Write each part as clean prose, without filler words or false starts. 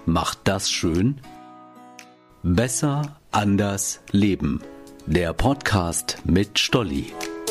macht das schön? Besser, anders, leben. Der Podcast mit Stolli.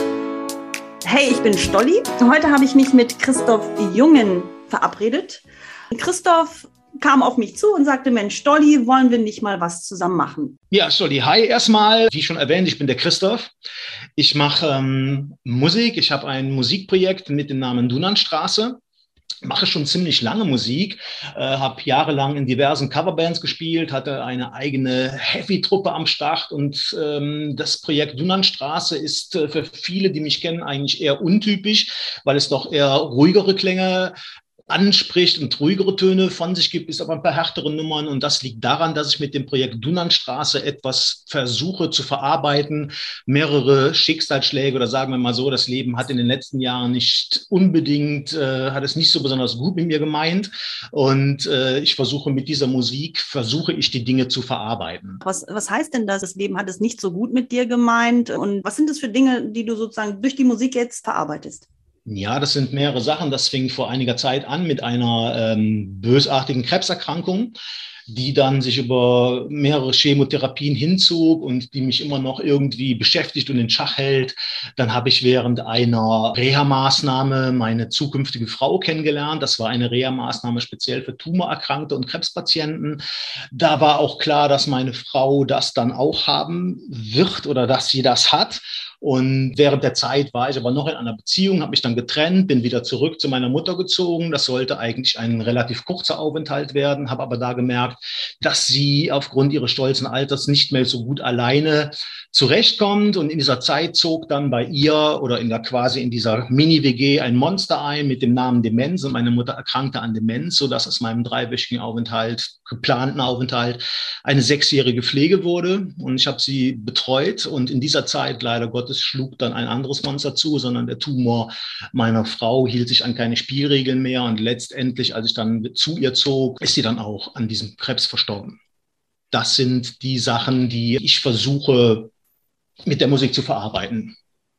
Hey, ich bin Stolli. Heute habe ich mich mit Christoph Jungen verabredet. Christoph kam auf mich zu und sagte, Mensch, Stolli, wollen wir nicht mal was zusammen machen? Ja, Stolli, hi erstmal. Wie schon erwähnt, ich bin der Christoph. Ich mache Musik. Ich habe ein Musikprojekt mit dem Namen Dunantstraße. Mache schon ziemlich lange Musik, habe jahrelang in diversen Coverbands gespielt, hatte eine eigene Heavy-Truppe am Start und das Projekt Dunantstraße ist für viele, die mich kennen, eigentlich eher untypisch, weil es doch eher ruhigere Klänge anspricht und ruhigere Töne von sich gibt, ist aber ein paar härtere Nummern und das liegt daran, dass ich mit dem Projekt Dunantstraße etwas versuche zu verarbeiten, mehrere Schicksalsschläge oder sagen wir mal so, das Leben hat in den letzten Jahren nicht unbedingt, hat es nicht so besonders gut mit mir gemeint und ich versuche mit dieser Musik, die Dinge zu verarbeiten. Was heißt denn das Leben hat es nicht so gut mit dir gemeint und was sind das für Dinge, die du sozusagen durch die Musik jetzt verarbeitest? Ja, das sind mehrere Sachen. Das fing vor einiger Zeit an mit einer bösartigen Krebserkrankung, die dann sich über mehrere Chemotherapien hinzog und die mich immer noch irgendwie beschäftigt und in Schach hält. Dann habe ich während einer Reha-Maßnahme meine zukünftige Frau kennengelernt. Das war eine Reha-Maßnahme speziell für Tumorerkrankte und Krebspatienten. Da war auch klar, dass meine Frau das dann auch haben wird oder dass sie das hat. Und während der Zeit war ich aber noch in einer Beziehung, habe mich dann getrennt, bin wieder zurück zu meiner Mutter gezogen. Das sollte eigentlich ein relativ kurzer Aufenthalt werden, habe aber da gemerkt, dass sie aufgrund ihres stolzen Alters nicht mehr so gut alleine zurechtkommt. Und in dieser Zeit zog dann bei ihr oder quasi in dieser Mini-WG ein Monster ein mit dem Namen Demenz und meine Mutter erkrankte an Demenz, sodass aus meinem 3-wöchigen geplanten Aufenthalt, eine 6-jährige Pflege wurde. Und ich habe sie betreut und in dieser Zeit leider Gottes schlug dann ein anderes Monster zu, sondern der Tumor meiner Frau hielt sich an keine Spielregeln mehr und letztendlich, als ich dann zu ihr zog, ist sie dann auch an diesem Krebs verstorben. Das sind die Sachen, die ich versuche mit der Musik zu verarbeiten.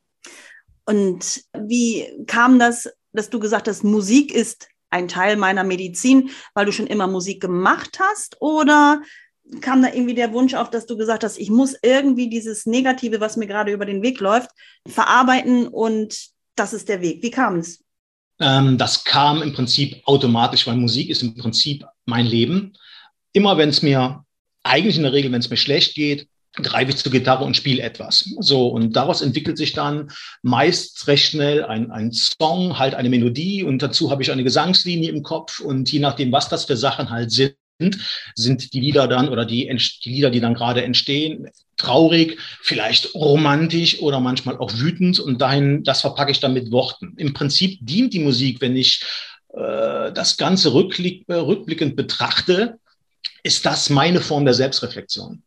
Und wie kam das, dass du gesagt hast, Musik ist ein Teil meiner Medizin, weil du schon immer Musik gemacht hast, oder kam da irgendwie der Wunsch auf, dass du gesagt hast, ich muss irgendwie dieses Negative, was mir gerade über den Weg läuft, verarbeiten und das ist der Weg. Wie kam es? Das kam im Prinzip automatisch, weil Musik ist im Prinzip mein Leben. Immer wenn es mir, eigentlich in der Regel, wenn es mir schlecht geht, greife ich zur Gitarre und spiele etwas. So, und daraus entwickelt sich dann meist recht schnell ein Song, halt eine Melodie und dazu habe ich eine Gesangslinie im Kopf und je nachdem, was das für Sachen halt sind die Lieder dann oder die Lieder, die dann gerade entstehen, traurig, vielleicht romantisch oder manchmal auch wütend und das verpacke ich dann mit Worten. Im Prinzip dient die Musik, wenn ich das Ganze rückblickend betrachte, ist das meine Form der Selbstreflexion.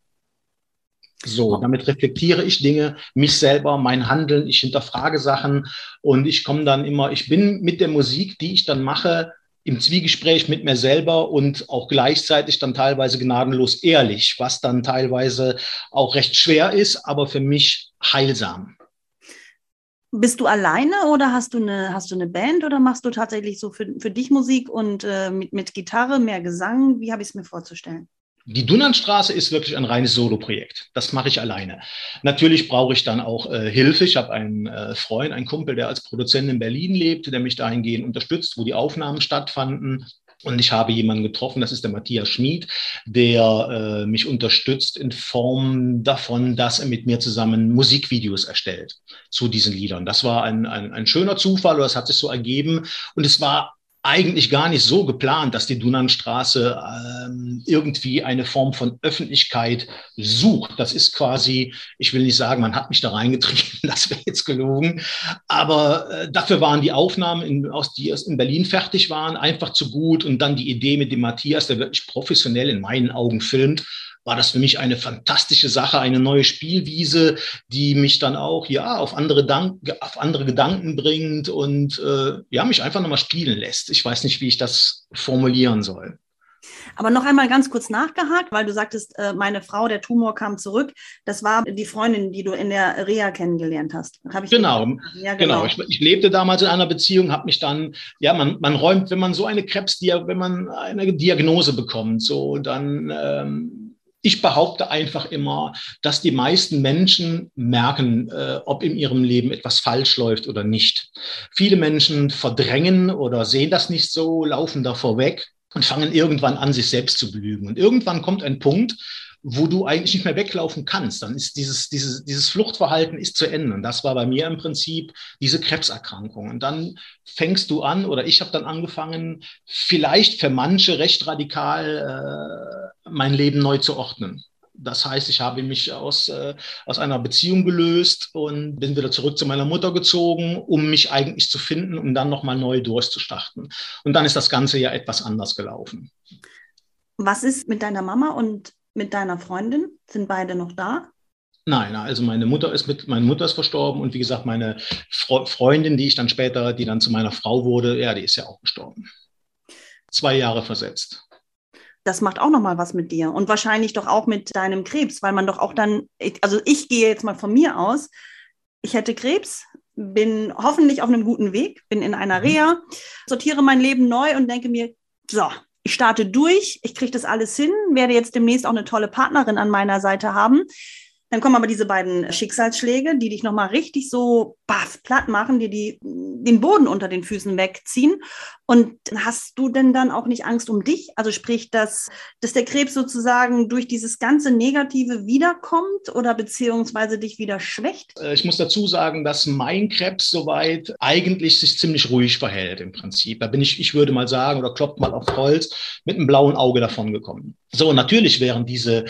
So, damit reflektiere ich Dinge, mich selber, mein Handeln, ich hinterfrage Sachen und ich bin mit der Musik, die ich dann mache, im Zwiegespräch mit mir selber und auch gleichzeitig dann teilweise gnadenlos ehrlich, was dann teilweise auch recht schwer ist, aber für mich heilsam. Bist du alleine oder hast du eine Band oder machst du tatsächlich so für dich Musik und mit Gitarre, mehr Gesang? Wie habe ich es mir vorzustellen? Die Dunantstraße ist wirklich ein reines Solo-Projekt. Das mache ich alleine. Natürlich brauche ich dann auch Hilfe. Ich habe einen Freund, einen Kumpel, der als Produzent in Berlin lebt, der mich dahingehend unterstützt, wo die Aufnahmen stattfanden. Und ich habe jemanden getroffen, das ist der Matthias Schmid, der mich unterstützt in Form davon, dass er mit mir zusammen Musikvideos erstellt zu diesen Liedern. Das war ein schöner Zufall, oder das hat sich so ergeben. Und es war eigentlich gar nicht so geplant, dass die Dunantstraße irgendwie eine Form von Öffentlichkeit sucht. Das ist quasi, ich will nicht sagen, man hat mich da reingetrieben, das wäre jetzt gelogen, aber dafür waren die Aufnahmen, die erst in Berlin fertig waren, einfach zu gut und dann die Idee mit dem Matthias, der wirklich professionell in meinen Augen filmt, war das für mich eine fantastische Sache, eine neue Spielwiese, die mich dann auch auf andere Gedanken bringt und mich einfach nochmal spielen lässt. Ich weiß nicht, wie ich das formulieren soll. Aber noch einmal ganz kurz nachgehakt, weil du sagtest, meine Frau, der Tumor kam zurück. Das war die Freundin, die du in der Reha kennengelernt hast. Genau, ja, genau. Ich lebte damals in einer Beziehung, habe mich dann, ja, man räumt, wenn man so eine wenn man eine Diagnose bekommt, so dann ich behaupte einfach immer, dass die meisten Menschen merken, ob in ihrem Leben etwas falsch läuft oder nicht. Viele Menschen verdrängen oder sehen das nicht so, laufen davor weg und fangen irgendwann an, sich selbst zu belügen. Und irgendwann kommt ein Punkt, wo du eigentlich nicht mehr weglaufen kannst. Dann ist dieses Fluchtverhalten ist zu Ende. Und das war bei mir im Prinzip diese Krebserkrankung. Und dann fängst du an, oder ich habe dann angefangen, vielleicht für manche recht radikal mein Leben neu zu ordnen. Das heißt, ich habe mich aus einer Beziehung gelöst und bin wieder zurück zu meiner Mutter gezogen, um mich eigentlich zu finden, um dann nochmal neu durchzustarten. Und dann ist das Ganze ja etwas anders gelaufen. Was ist mit deiner Mama und mit deiner Freundin? Sind beide noch da? Nein, also meine Mutter ist verstorben und wie gesagt, meine Freundin, die dann zu meiner Frau wurde, ja, die ist ja auch gestorben. 2 Jahre versetzt. Das macht auch nochmal was mit dir und wahrscheinlich doch auch mit deinem Krebs, weil man doch auch dann, also ich gehe jetzt mal von mir aus, ich hätte Krebs, bin hoffentlich auf einem guten Weg, bin in einer Reha, sortiere mein Leben neu und denke mir, so, ich starte durch, ich kriege das alles hin, werde jetzt demnächst auch eine tolle Partnerin an meiner Seite haben. Dann kommen aber diese beiden Schicksalsschläge, die dich nochmal richtig so platt machen, die den Boden unter den Füßen wegziehen. Und hast du denn dann auch nicht Angst um dich? Also sprich, dass der Krebs sozusagen durch dieses ganze Negative wiederkommt oder beziehungsweise dich wieder schwächt? Ich muss dazu sagen, dass mein Krebs soweit eigentlich sich ziemlich ruhig verhält im Prinzip. Da bin ich würde mal sagen, oder klopft mal auf Holz, mit einem blauen Auge davon gekommen. So, natürlich wären diese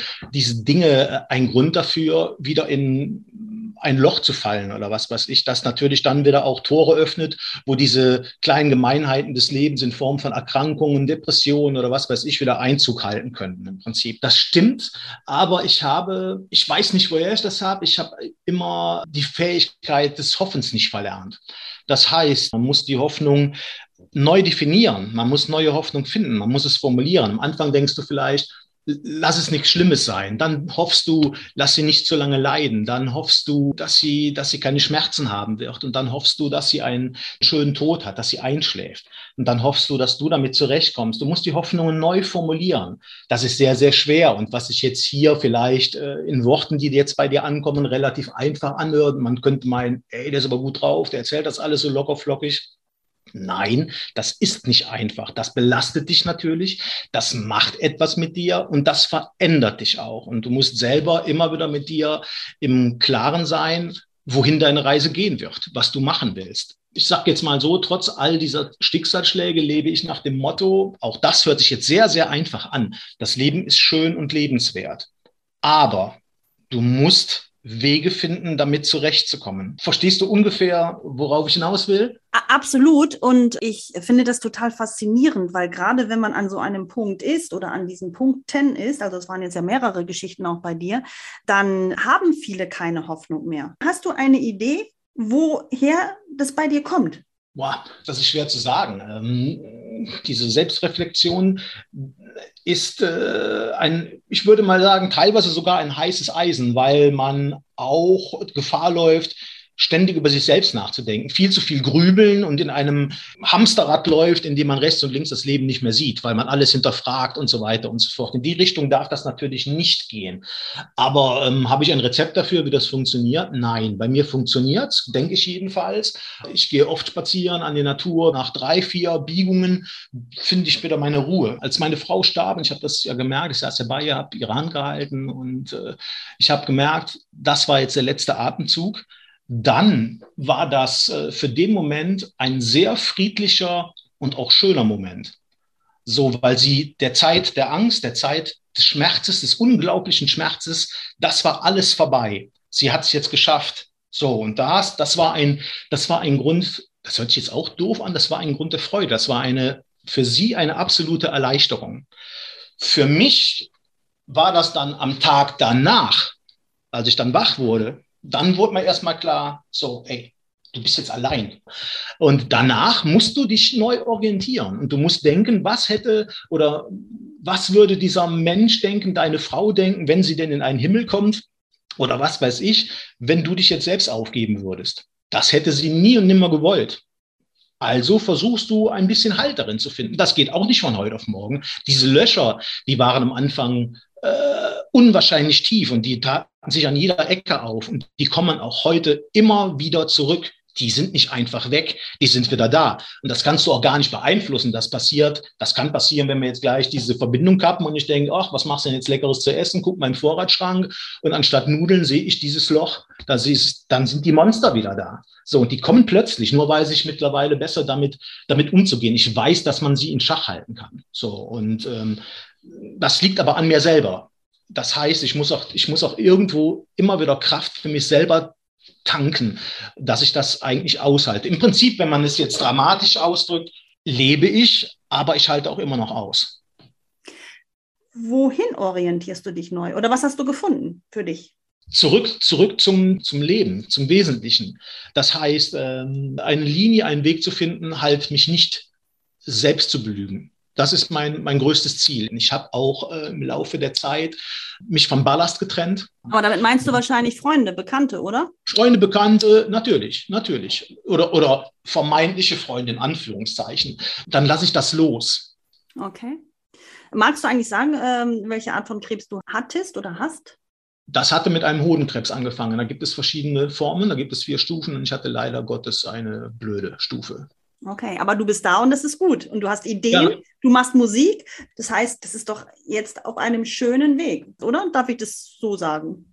Dinge ein Grund dafür, wieder in ein Loch zu fallen oder was weiß ich, das natürlich dann wieder auch Tore öffnet, wo diese kleinen Gemeinheiten des Lebens in Form von Erkrankungen, Depressionen oder was weiß ich wieder Einzug halten könnten im Prinzip. Das stimmt, aber ich weiß nicht, woher ich das habe, ich habe immer die Fähigkeit des Hoffens nicht verlernt. Das heißt, man muss die Hoffnung neu definieren, man muss neue Hoffnung finden, man muss es formulieren. Am Anfang denkst du vielleicht, lass es nichts Schlimmes sein. Dann hoffst du, lass sie nicht so lange leiden. Dann hoffst du, dass sie keine Schmerzen haben wird. Und dann hoffst du, dass sie einen schönen Tod hat, dass sie einschläft. Und dann hoffst du, dass du damit zurechtkommst. Du musst die Hoffnungen neu formulieren. Das ist sehr, sehr schwer. Und was sich jetzt hier vielleicht in Worten, die jetzt bei dir ankommen, relativ einfach anhört. Man könnte meinen, ey, der ist aber gut drauf, der erzählt das alles so locker flockig. Nein, das ist nicht einfach. Das belastet dich natürlich, das macht etwas mit dir und das verändert dich auch. Und du musst selber immer wieder mit dir im Klaren sein, wohin deine Reise gehen wird, was du machen willst. Ich sage jetzt mal so, trotz all dieser Schicksalsschläge lebe ich nach dem Motto, auch das hört sich jetzt sehr, sehr einfach an, das Leben ist schön und lebenswert. Aber du musst Wege finden, damit zurechtzukommen. Verstehst du ungefähr, worauf ich hinaus will? Absolut. Und ich finde das total faszinierend, weil gerade wenn man an so einem Punkt ist oder an diesen Punkten ist, also es waren jetzt ja mehrere Geschichten auch bei dir, dann haben viele keine Hoffnung mehr. Hast du eine Idee, woher das bei dir kommt? Boah, das ist schwer zu sagen. Diese Selbstreflexion ist ich würde mal sagen, teilweise sogar ein heißes Eisen, weil man auch Gefahr läuft, ständig über sich selbst nachzudenken, viel zu viel grübeln und in einem Hamsterrad läuft, in dem man rechts und links das Leben nicht mehr sieht, weil man alles hinterfragt und so weiter und so fort. In die Richtung darf das natürlich nicht gehen. Aber habe ich ein Rezept dafür, wie das funktioniert? Nein, bei mir funktioniert es, denke ich jedenfals. Ich gehe oft spazieren an die Natur. Nach 3, 4 Biegungen finde ich wieder meine Ruhe. Als meine Frau starb, und ich habe das ja gemerkt, ich saß ja bei ihr, habe ihre Hand gehalten und ich habe gemerkt, das war jetzt der letzte Atemzug. Dann war das für den Moment ein sehr friedlicher und auch schöner Moment. So, weil sie der Zeit der Angst, der Zeit des Schmerzes, des unglaublichen Schmerzes, das war alles vorbei. Sie hat es jetzt geschafft. So, und das war ein Grund, das hört sich jetzt auch doof an, das war ein Grund der Freude. Das war für sie eine absolute Erleichterung. Für mich war das dann am Tag danach, als ich dann wach wurde, dann wurde mir erstmal klar, so, ey, du bist jetzt allein. Und danach musst du dich neu orientieren und du musst denken, was hätte oder was würde dieser Mensch denken, deine Frau denken, wenn sie denn in einen Himmel kommt oder was weiß ich, wenn du dich jetzt selbst aufgeben würdest. Das hätte sie nie und nimmer gewollt. Also versuchst du ein bisschen Halt darin zu finden. Das geht auch nicht von heute auf morgen. Diese Löcher, die waren am Anfang unwahrscheinlich tief und die taten sich an jeder Ecke auf und die kommen auch heute immer wieder zurück. Die sind nicht einfach weg, die sind wieder da. Und das kannst du auch gar nicht beeinflussen. Das kann passieren, wenn wir jetzt gleich diese Verbindung kappen und ich denke, ach, was machst du denn jetzt Leckeres zu essen? Guck meinen Vorratsschrank und anstatt Nudeln sehe ich dieses Loch, dann sind die Monster wieder da. So, und die kommen plötzlich, nur weiß ich mittlerweile besser damit umzugehen. Ich weiß, dass man sie in Schach halten kann. So, und das liegt aber an mir selber. Das heißt, ich muss auch irgendwo immer wieder Kraft für mich selber tanken, dass ich das eigentlich aushalte. Im Prinzip, wenn man es jetzt dramatisch ausdrückt, lebe ich, aber ich halte auch immer noch aus. Wohin orientierst du dich neu? Oder was hast du gefunden für dich? Zurück zum Leben, zum Wesentlichen. Das heißt, eine Linie, einen Weg zu finden, halt mich nicht selbst zu belügen. Das ist mein größtes Ziel. Ich habe auch im Laufe der Zeit mich vom Ballast getrennt. Aber damit meinst du wahrscheinlich Freunde, Bekannte, oder? Freunde, Bekannte, natürlich. Oder vermeintliche Freunde in Anführungszeichen. Dann lasse ich das los. Okay. Magst du eigentlich sagen, welche Art von Krebs du hattest oder hast? Das hatte mit einem Hodenkrebs angefangen. Da gibt es verschiedene Formen, da gibt es 4 Stufen und ich hatte leider Gottes eine blöde Stufe. Okay, aber du bist da und das ist gut. Und du hast Ideen, ja. Du machst Musik. Das heißt, das ist doch jetzt auf einem schönen Weg, oder? Darf ich das so sagen?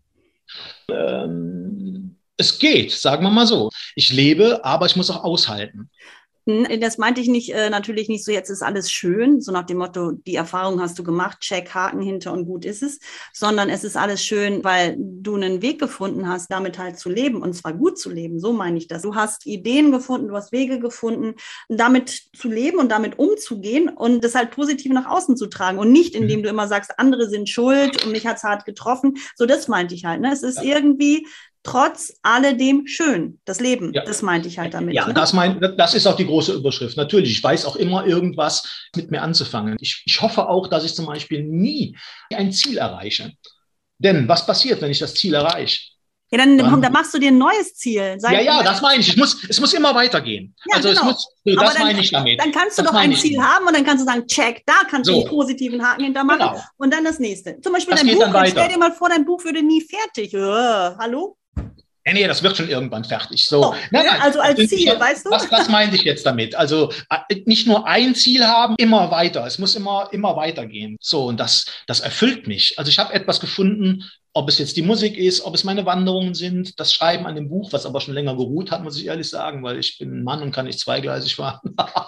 Es geht, sagen wir mal so. Ich lebe, aber ich muss auch aushalten. Das meinte ich nicht, natürlich nicht so, jetzt ist alles schön, so nach dem Motto, die Erfahrung hast du gemacht, check, Haken hinter und gut ist es, sondern es ist alles schön, weil du einen Weg gefunden hast, damit halt zu leben und zwar gut zu leben, so meine ich das. Du hast Ideen gefunden, du hast Wege gefunden, damit zu leben und damit umzugehen und das halt positiv nach außen zu tragen und nicht, indem du immer sagst, andere sind schuld und mich hat es hart getroffen, so das meinte ich halt, ne? Es ist irgendwie trotz alledem schön, das Leben, ja. Das meinte ich halt damit. Ja, ne? Das ist auch die große Überschrift. Natürlich, ich weiß auch immer irgendwas mit mir anzufangen. Ich hoffe auch, dass ich zum Beispiel nie ein Ziel erreiche. Denn was passiert, wenn ich das Ziel erreiche? Ja, dann machst du dir ein neues Ziel. Das meine ich. Es muss immer weitergehen. Ja, also genau. Das meine ich damit. Dann kannst du doch ein Ziel haben und dann kannst du sagen, check, da kannst du einen positiven Haken hintermachen. Genau. Und dann das nächste. Zum Beispiel dein Buch. Stell dir mal vor, dein Buch würde nie fertig. Hallo? Nee, das wird schon irgendwann fertig. So, nein, also als Ziel, weißt du? Was meinte ich jetzt damit? Also nicht nur ein Ziel haben, immer weiter. Es muss immer weitergehen. So, und das erfüllt mich. Also ich habe etwas gefunden, ob es jetzt die Musik ist, ob es meine Wanderungen sind, das Schreiben an dem Buch, was aber schon länger geruht hat, muss ich ehrlich sagen, weil ich bin ein Mann und kann nicht zweigleisig fahren.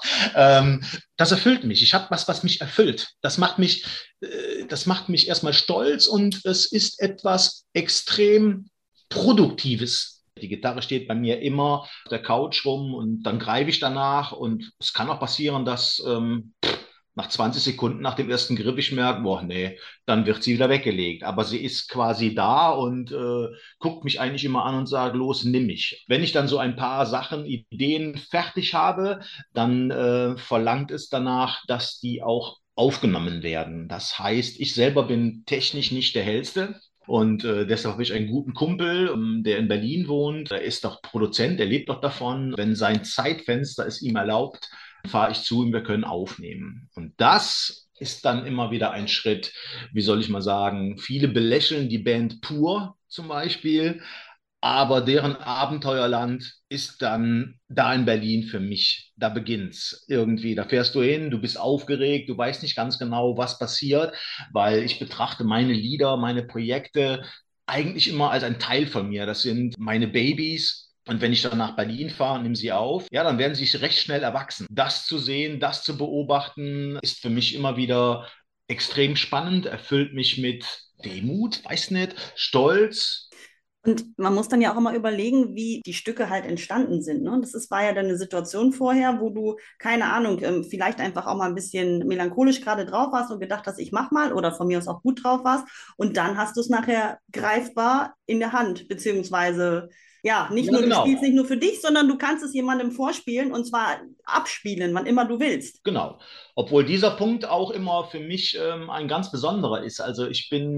Das erfüllt mich. Ich habe was mich erfüllt. Das macht mich erstmal stolz und es ist etwas extrem Produktives. Die Gitarre steht bei mir immer auf der Couch rum und dann greife ich danach und es kann auch passieren, dass nach 20 Sekunden nach dem ersten Griff ich merke, boah, nee, dann wird sie wieder weggelegt. Aber sie ist quasi da und guckt mich eigentlich immer an und sagt, los, nimm mich. Wenn ich dann so ein paar Sachen, Ideen fertig habe, dann verlangt es danach, dass die auch aufgenommen werden. Das heißt, ich selber bin technisch nicht der Hellste. Und deshalb habe ich einen guten Kumpel, der in Berlin wohnt. Er ist doch Produzent, der lebt doch davon. Wenn sein Zeitfenster es ihm erlaubt, fahre ich zu ihm, wir können aufnehmen. Und das ist dann immer wieder ein Schritt, wie soll ich mal sagen, viele belächeln die Band Pur zum Beispiel, aber deren Abenteuerland ist dann da in Berlin für mich. Da beginnt's irgendwie. Da fährst du hin, du bist aufgeregt, du weißt nicht ganz genau, was passiert, weil ich betrachte meine Lieder, meine Projekte eigentlich immer als ein Teil von mir. Das sind meine Babys. Und wenn ich dann nach Berlin fahre und nehme sie auf, ja, dann werden sie recht schnell erwachsen. Das zu sehen, das zu beobachten, ist für mich immer wieder extrem spannend, erfüllt mich mit Demut, weiß nicht, Stolz. Und man muss dann ja auch immer überlegen, wie die Stücke halt entstanden sind. Ne? War ja dann eine Situation vorher, wo du, keine Ahnung, vielleicht einfach auch mal ein bisschen melancholisch gerade drauf warst und gedacht hast, ich mach mal oder von mir aus auch gut drauf warst. Und dann hast du es nachher greifbar in der Hand, beziehungsweise ja, du spielst nicht nur für dich, sondern du kannst es jemandem vorspielen und zwar abspielen, wann immer du willst. Genau. Obwohl dieser Punkt auch immer für mich ein ganz besonderer ist. Also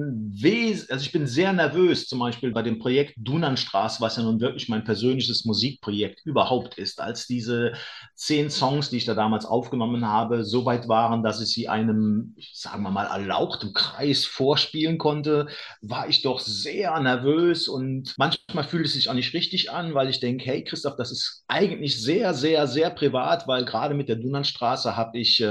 ich bin sehr nervös, zum Beispiel bei dem Projekt Dunanstraße, was ja nun wirklich mein persönliches Musikprojekt überhaupt ist. Als diese 10 Songs, die ich da damals aufgenommen habe, so weit waren, dass ich sie einem, sagen wir mal, erlauchten Kreis vorspielen konnte, war ich doch sehr nervös und manchmal fühlt es sich auch nicht richtig an, weil ich denke, hey Christoph, das ist eigentlich sehr, sehr, sehr privat, weil gerade mit der Dunanstraße habe ich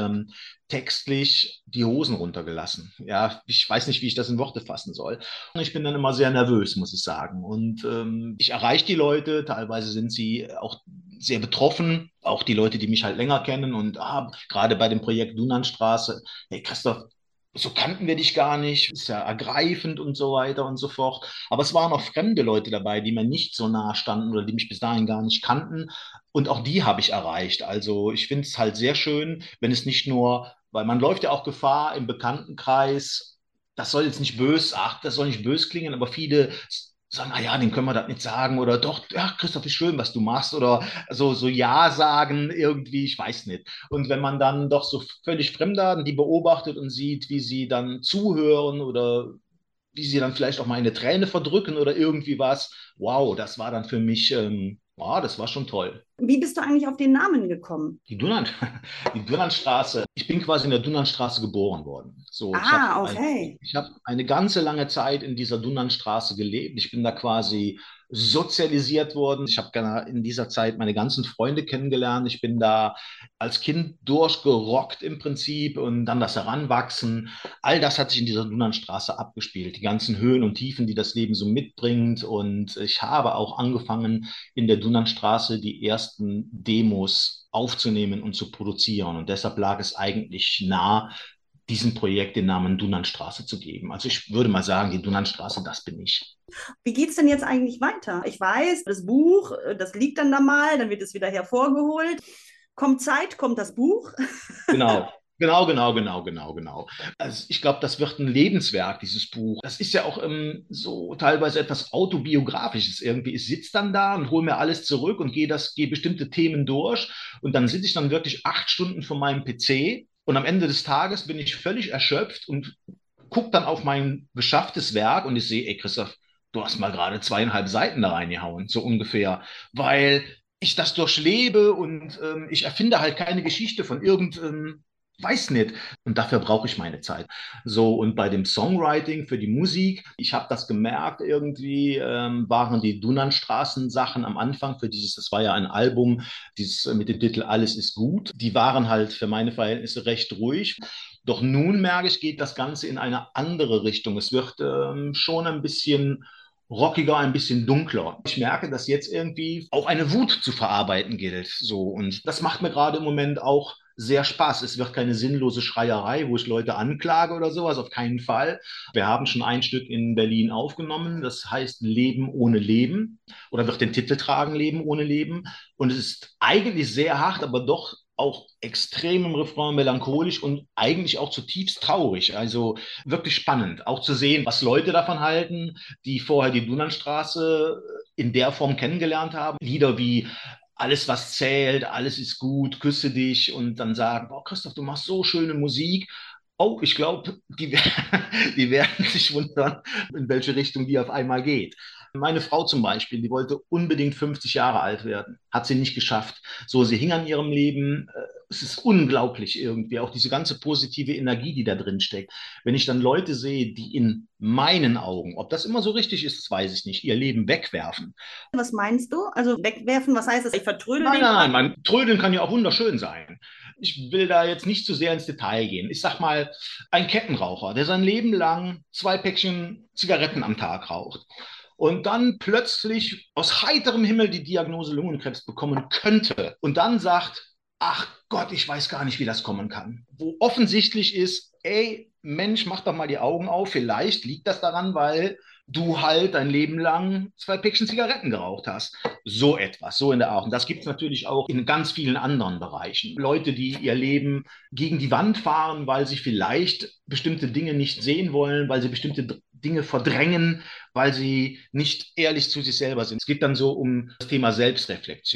textlich die Hosen runtergelassen. Ja, ich weiß nicht, wie ich das in Worte fassen soll. Und ich bin dann immer sehr nervös, muss ich sagen. Und ich erreiche die Leute, teilweise sind sie auch sehr betroffen, auch die Leute, die mich halt länger kennen und gerade bei dem Projekt Dunanstraße, hey Christoph, so kannten wir dich gar nicht, ist ja ergreifend und so weiter und so fort. Aber es waren auch fremde Leute dabei, die mir nicht so nah standen oder die mich bis dahin gar nicht kannten. Und auch die habe ich erreicht. Also ich finde es halt sehr schön, wenn es nicht nur, weil man läuft ja auch Gefahr im Bekanntenkreis, das soll jetzt nicht bös, das soll nicht bös klingen, aber viele sagen, ah ja, den können wir das nicht sagen oder doch, ja, Christoph, ist schön, was du machst oder so ja sagen irgendwie, ich weiß nicht. Und wenn man dann doch so völlig Fremdarten die beobachtet und sieht, wie sie dann zuhören oder wie sie dann vielleicht auch mal eine Träne verdrücken oder irgendwie was, wow, das war dann für mich, das war schon toll. Wie bist du eigentlich auf den Namen gekommen? Die Dunant, die Dunantstraße. Ich bin quasi in der Dunantstraße geboren worden. So, Ah, okay. ich hab eine ganze lange Zeit in dieser Dunantstraße gelebt. Ich bin da quasi sozialisiert worden. Ich habe in dieser Zeit meine ganzen Freunde kennengelernt. Ich bin da als Kind durchgerockt im Prinzip und dann das Heranwachsen. All das hat sich in dieser Dunantstraße abgespielt. Die ganzen Höhen und Tiefen, die das Leben so mitbringt. Und ich habe auch angefangen, in der Dunantstraße die ersten Demos aufzunehmen und zu produzieren. Und deshalb lag es eigentlich nah, diesem Projekt den Namen Dunantstraße zu geben. Also ich würde mal sagen, die Dunantstraße, das bin ich. Wie geht es denn jetzt eigentlich weiter? Ich weiß, das Buch, das liegt dann da mal, dann wird es wieder hervorgeholt. Kommt Zeit, kommt das Buch. Genau. Genau. Also ich glaube, das wird ein Lebenswerk, dieses Buch. Das ist ja auch so teilweise etwas Autobiografisches irgendwie. Ich sitze dann da und hole mir alles zurück und gehe bestimmte Themen durch. Und dann sitze ich dann wirklich 8 Stunden vor meinem PC. Und am Ende des Tages bin ich völlig erschöpft und gucke dann auf mein geschafftes Werk und ich sehe, ey Christoph, du hast mal gerade 2,5 Seiten da reingehauen, so ungefähr. Weil ich das durchlebe und ich erfinde halt keine Geschichte von irgendeinem weiß nicht. Und dafür brauche ich meine Zeit. So, und bei dem Songwriting für die Musik, ich habe das gemerkt, irgendwie waren die Dunnanstraßen-Sachen am Anfang das war ja ein Album, dieses mit dem Titel Alles ist gut, die waren halt für meine Verhältnisse recht ruhig. Doch nun merke ich, geht das Ganze in eine andere Richtung. Es wird schon ein bisschen rockiger, ein bisschen dunkler. Ich merke, dass jetzt irgendwie auch eine Wut zu verarbeiten gilt. So, und das macht mir gerade im Moment auch sehr Spaß. Es wird keine sinnlose Schreierei, wo ich Leute anklage oder sowas, auf keinen Fall. Wir haben schon ein Stück in Berlin aufgenommen, das heißt Leben ohne Leben oder wird den Titel tragen, Leben ohne Leben. Und es ist eigentlich sehr hart, aber doch auch extrem im Refrain melancholisch und eigentlich auch zutiefst traurig. Also wirklich spannend, auch zu sehen, was Leute davon halten, die vorher die Dunnanstraße in der Form kennengelernt haben. Lieder wie alles, was zählt, alles ist gut, küsse dich und dann sagen, boah, Christoph, du machst so schöne Musik. Oh, ich glaube, die werden sich wundern, in welche Richtung die auf einmal geht. Meine Frau zum Beispiel, die wollte unbedingt 50 Jahre alt werden, hat sie nicht geschafft. So, sie hing an ihrem Leben. Es ist unglaublich irgendwie, auch diese ganze positive Energie, die da drin steckt. Wenn ich dann Leute sehe, die in meinen Augen, ob das immer so richtig ist, das weiß ich nicht, ihr Leben wegwerfen. Was meinst du? Also wegwerfen, was heißt das? Ich vertrödel Nein, den nein, nein, Trödeln kann ja auch wunderschön sein. Ich will da jetzt nicht zu sehr ins Detail gehen. Ich sag mal, ein Kettenraucher, der sein Leben lang 2 Päckchen Zigaretten am Tag raucht und dann plötzlich aus heiterem Himmel die Diagnose Lungenkrebs bekommen könnte und dann sagt, ach Gott, ich weiß gar nicht, wie das kommen kann. Wo offensichtlich ist, ey, Mensch, mach doch mal die Augen auf, vielleicht liegt das daran, weil du halt dein Leben lang 2 Päckchen Zigaretten geraucht hast. So etwas, so in der Art. Und das gibt es natürlich auch in ganz vielen anderen Bereichen. Leute, die ihr Leben gegen die Wand fahren, weil sie vielleicht bestimmte Dinge nicht sehen wollen, weil sie bestimmte Dinge verdrängen, weil sie nicht ehrlich zu sich selber sind. Es geht dann so um das Thema Selbstreflexion.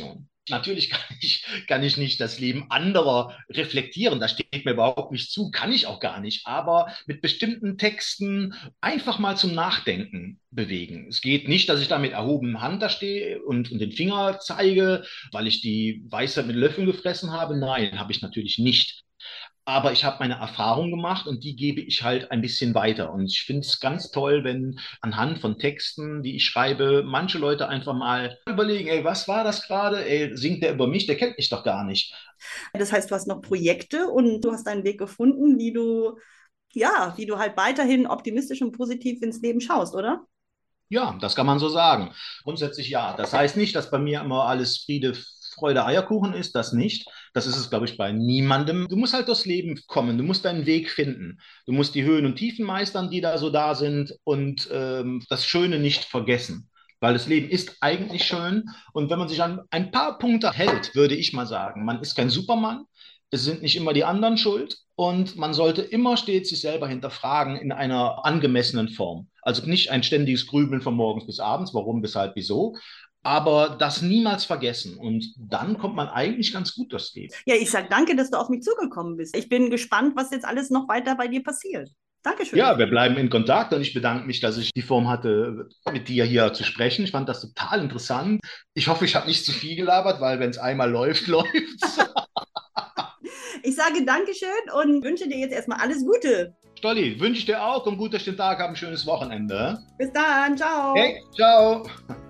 Natürlich kann ich nicht das Leben anderer reflektieren. Das steht mir überhaupt nicht zu, kann ich auch gar nicht. Aber mit bestimmten Texten einfach mal zum Nachdenken bewegen. Es geht nicht, dass ich da mit erhobener Hand da stehe und den Finger zeige, weil ich die Weisheit mit Löffeln gefressen habe. Nein, habe ich natürlich nicht. Aber ich habe meine Erfahrung gemacht und die gebe ich halt ein bisschen weiter. Und ich finde es ganz toll, wenn anhand von Texten, die ich schreibe, manche Leute einfach mal überlegen, ey, was war das gerade? Ey, singt der über mich? Der kennt mich doch gar nicht. Das heißt, du hast noch Projekte und du hast einen Weg gefunden, wie du halt weiterhin optimistisch und positiv ins Leben schaust, oder? Ja, das kann man so sagen. Grundsätzlich ja. Das heißt nicht, dass bei mir immer alles Friede, Freude, Eierkuchen ist. Das nicht. Das ist es, glaube ich, bei niemandem. Du musst halt durchs Leben kommen. Du musst deinen Weg finden. Du musst die Höhen und Tiefen meistern, die da so da sind und das Schöne nicht vergessen. Weil das Leben ist eigentlich schön. Und wenn man sich an ein paar Punkte hält, würde ich mal sagen, man ist kein Superman. Es sind nicht immer die anderen schuld und man sollte immer stets sich selber hinterfragen in einer angemessenen Form. Also nicht ein ständiges Grübeln von morgens bis abends, warum, weshalb, wieso, aber das niemals vergessen. Und dann kommt man eigentlich ganz gut durchs Leben. Ja, ich sage danke, dass du auf mich zugekommen bist. Ich bin gespannt, was jetzt alles noch weiter bei dir passiert. Dankeschön. Ja, wir bleiben in Kontakt und ich bedanke mich, dass ich die Form hatte, mit dir hier zu sprechen. Ich fand das total interessant. Ich hoffe, ich habe nicht zu viel gelabert, weil wenn es einmal läuft, läuft's. Ich sage Dankeschön und wünsche dir jetzt erstmal alles Gute. Stolli, wünsche ich dir auch. Komm gut durch den Tag, hab ein schönes Wochenende. Bis dann, ciao. Hey, ciao.